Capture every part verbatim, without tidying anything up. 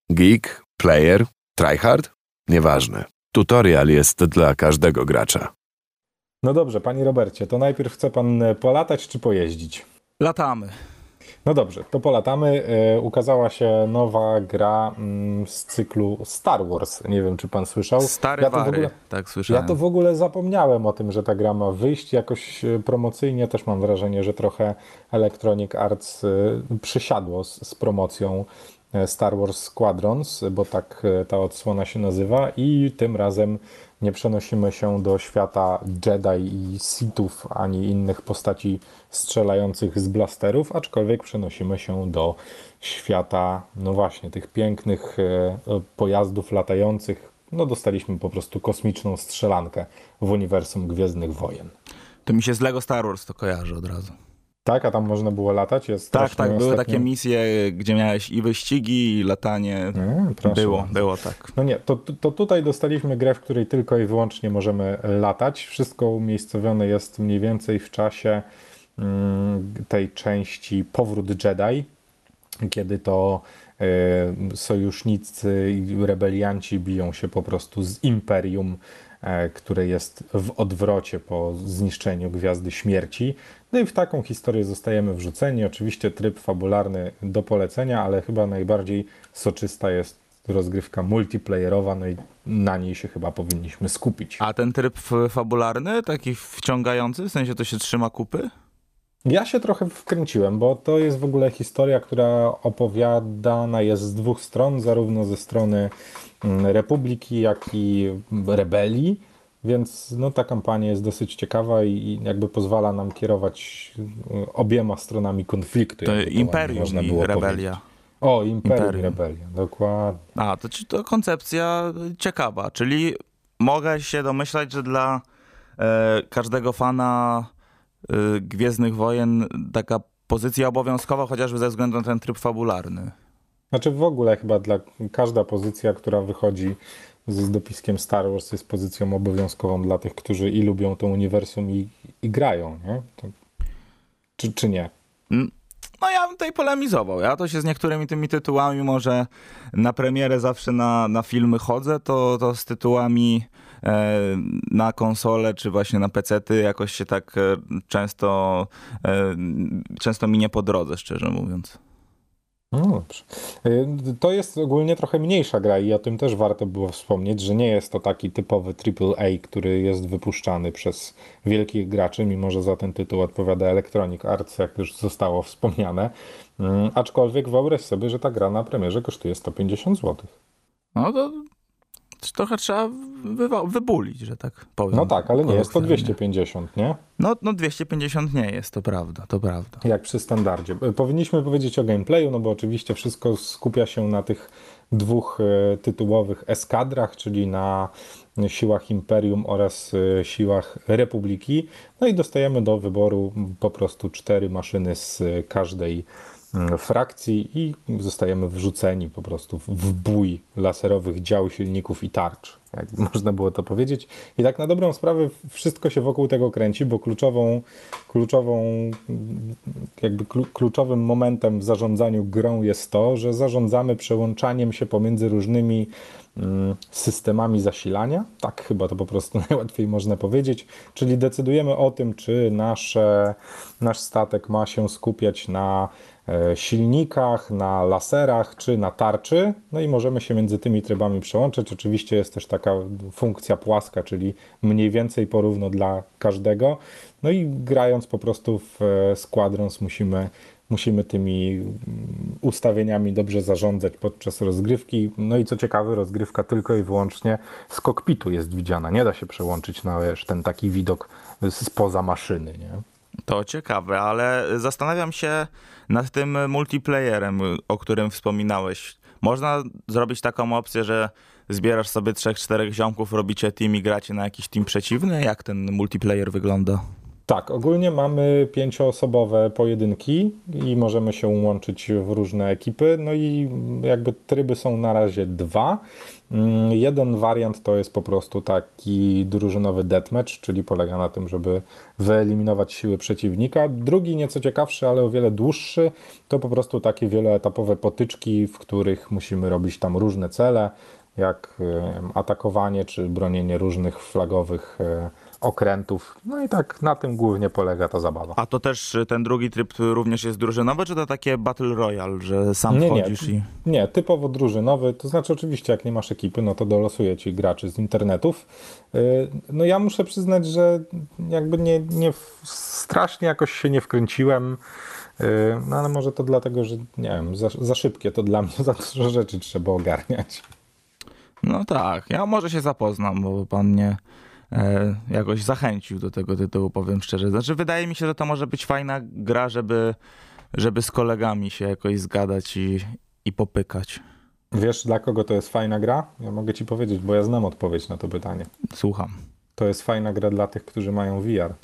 Geek, player, tryhard? Nieważne. Tutorial jest dla każdego gracza. No dobrze, panie Robercie, to najpierw chce pan polatać czy pojeździć? Latamy. No dobrze, to polatamy. E, ukazała się nowa gra mm, z cyklu Star Wars. Nie wiem, czy pan słyszał. Stare ja to wary, w ogóle, tak słyszałem. Ja to w ogóle zapomniałem o tym, że ta gra ma wyjść jakoś promocyjnie. Też mam wrażenie, że trochę Electronic Arts y, przysiadło z, z promocją Star Wars Squadrons, bo tak ta odsłona się nazywa, i tym razem nie przenosimy się do świata Jedi i Sithów, ani innych postaci strzelających z blasterów, aczkolwiek przenosimy się do świata, no właśnie, tych pięknych e, pojazdów latających. No dostaliśmy po prostu kosmiczną strzelankę w uniwersum Gwiezdnych Wojen. To mi się z Lego Star Wars to kojarzy od razu. Tak, a tam można było latać? Jest tak, tak, były ostatnio... takie misje, gdzie miałeś i wyścigi, i latanie. No, było, bardzo. było tak. No nie, to, to tutaj dostaliśmy grę, w której tylko i wyłącznie możemy latać. Wszystko umiejscowione jest mniej więcej w czasie mm, tej części Powrót Jedi, kiedy to y, sojusznicy i rebelianci biją się po prostu z Imperium, które jest w odwrocie po zniszczeniu Gwiazdy Śmierci. No i w taką historię zostajemy wrzuceni. Oczywiście tryb fabularny do polecenia, ale chyba najbardziej soczysta jest rozgrywka multiplayerowa, no i na niej się chyba powinniśmy skupić. A ten tryb fabularny, taki wciągający, w sensie to się trzyma kupy? Ja się trochę wkręciłem, bo to jest w ogóle historia, która opowiadana jest z dwóch stron, zarówno ze strony Republiki, jak i rebelii, więc no, ta kampania jest dosyć ciekawa i jakby pozwala nam kierować obiema stronami konfliktu. To Imperium można i było Rebelia. Powiedzieć. O, Imperium, Imperium. i Rebelia, dokładnie. A, to, to koncepcja ciekawa, czyli mogę się domyślać, że dla e, każdego fana e, Gwiezdnych Wojen taka pozycja obowiązkowa, chociażby ze względu na ten tryb fabularny. Znaczy w ogóle chyba dla każda pozycja, która wychodzi z dopiskiem Star Wars, jest pozycją obowiązkową dla tych, którzy i lubią to uniwersum i, i grają, nie? To, czy, czy nie? No ja bym tutaj polemizował. Ja to się z niektórymi tymi tytułami, może na premierę zawsze na, na filmy chodzę, to, to z tytułami e, na konsole czy właśnie na pecety jakoś się tak e, często, e, często mi nie po drodze, szczerze mówiąc. No dobrze. To jest ogólnie trochę mniejsza gra i o tym też warto było wspomnieć, że nie jest to taki typowy triple A, który jest wypuszczany przez wielkich graczy, mimo że za ten tytuł odpowiada Electronic Arts, jak już zostało wspomniane. Aczkolwiek wyobraź sobie, że ta gra na premierze kosztuje sto pięćdziesiąt złotych. No to trochę trzeba wywa- wybulić, że tak powiem. No tak, ale nie jest to dwieście pięćdziesiąt, nie? No, no dwieście pięćdziesiąt nie jest, to prawda, to prawda. Jak przy standardzie. Powinniśmy powiedzieć o gameplayu, no bo oczywiście wszystko skupia się na tych dwóch e, tytułowych eskadrach, czyli na siłach Imperium oraz e, siłach Republiki. No i dostajemy do wyboru po prostu cztery maszyny z każdej frakcji i zostajemy wrzuceni po prostu w bój laserowych dział, silników i tarcz, jak można było to powiedzieć. I tak na dobrą sprawę wszystko się wokół tego kręci, bo kluczową, kluczową jakby kluczowym momentem w zarządzaniu grą jest to, że zarządzamy przełączaniem się pomiędzy różnymi systemami zasilania. Tak chyba to po prostu najłatwiej można powiedzieć. Czyli decydujemy o tym, czy nasze, nasz statek ma się skupiać na silnikach, na laserach czy na tarczy. No i możemy się między tymi trybami przełączyć. Oczywiście jest też taka funkcja płaska, czyli mniej więcej porówno dla każdego. No i grając po prostu w Squadrons musimy Musimy tymi ustawieniami dobrze zarządzać podczas rozgrywki. No i co ciekawe, rozgrywka tylko i wyłącznie z kokpitu jest widziana. Nie da się przełączyć na wiesz, ten taki widok spoza maszyny, nie? To ciekawe, ale zastanawiam się nad tym multiplayerem, o którym wspominałeś. Można zrobić taką opcję, że zbierasz sobie trzech, czterech ziomków, robicie team i gracie na jakiś team przeciwny? Jak ten multiplayer wygląda? Tak, ogólnie mamy pięcioosobowe pojedynki i możemy się łączyć w różne ekipy. No i jakby tryby są na razie dwa. Jeden wariant to jest po prostu taki drużynowy deathmatch, czyli polega na tym, żeby wyeliminować siły przeciwnika. Drugi, nieco ciekawszy, ale o wiele dłuższy, to po prostu takie wieloetapowe potyczki, w których musimy robić tam różne cele, jak atakowanie czy bronienie różnych flagowych okrętów. No i tak na tym głównie polega ta zabawa. A to też ten drugi tryb również jest drużynowy, czy to takie Battle Royale, że sam Nie, wchodzisz nie, i... nie, typowo drużynowy, to znaczy oczywiście jak nie masz ekipy, no to dolosuje ci graczy z internetów. No ja muszę przyznać, że jakby nie, nie strasznie jakoś się nie wkręciłem, no ale może to dlatego, że nie wiem, za, za szybkie to dla mnie, za dużo rzeczy trzeba ogarniać. No tak, ja może się zapoznam, bo pan mnie e, jakoś zachęcił do tego tytułu, powiem szczerze. Znaczy wydaje mi się, że to może być fajna gra, żeby, żeby z kolegami się jakoś zgadać i, i popykać. Wiesz, dla kogo to jest fajna gra? Ja mogę ci powiedzieć, bo ja znam odpowiedź na to pytanie. Słucham. To jest fajna gra dla tych, którzy mają V R.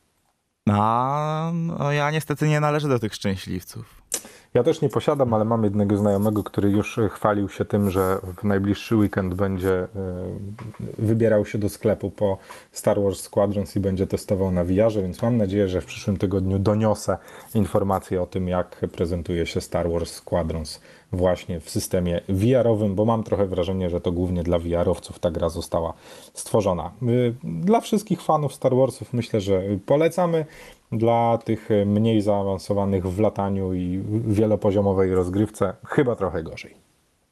A no ja niestety nie należę do tych szczęśliwców. Ja też nie posiadam, ale mam jednego znajomego, który już chwalił się tym, że w najbliższy weekend będzie wybierał się do sklepu po Star Wars Squadrons i będzie testował na V R-ze, więc mam nadzieję, że w przyszłym tygodniu doniosę informacje o tym, jak prezentuje się Star Wars Squadrons właśnie w systemie V R-owym, bo mam trochę wrażenie, że to głównie dla V R-owców ta gra została stworzona. Dla wszystkich fanów Star Warsów myślę, że polecamy. Dla tych mniej zaawansowanych w lataniu i wielopoziomowej rozgrywce chyba trochę gorzej.